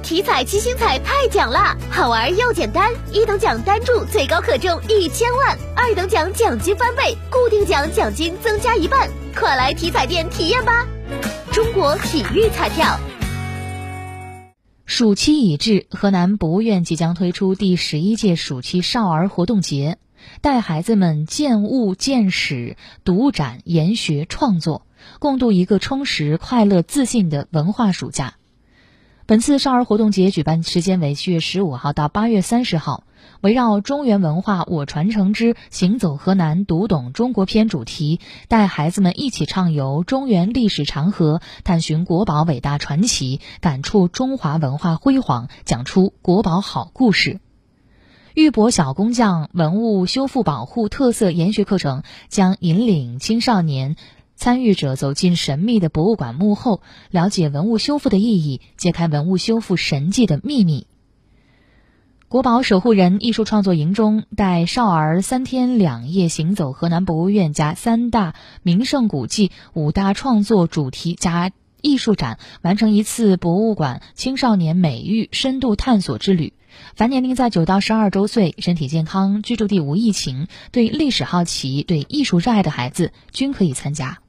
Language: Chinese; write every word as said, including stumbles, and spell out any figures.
体彩七星彩太奖啦，好玩又简单，一等奖单注最高可中一千万，二等奖奖金翻倍，固定奖奖金增加一半，快来体彩店体验吧！中国体育彩票。 暑期已至，河南博物院即将推出第十一届暑期少儿活动节，带孩子们见物见史、读展、研学、创作，共度一个充实、快乐、自信的文化暑假。本次少儿活动节举办时间为七月十五号到八月三十号，围绕中原文化我传承之行走河南读懂中国篇主题，带孩子们一起畅游中原历史长河，探寻国宝伟大传奇，感触中华文化辉煌，讲出国宝好故事。玉博小工匠文物修复保护特色研学课程将引领青少年参与者走进神秘的博物馆幕后，了解文物修复的意义，揭开文物修复神迹的秘密。国宝守护人艺术创作营中，带少儿三天两夜行走河南博物院加三大名胜古迹、五大创作主题加艺术展，完成一次博物馆青少年美育深度探索之旅。凡年龄在九到十二周岁、身体健康、居住地无疫情、对历史好奇、对艺术热爱的孩子均可以参加。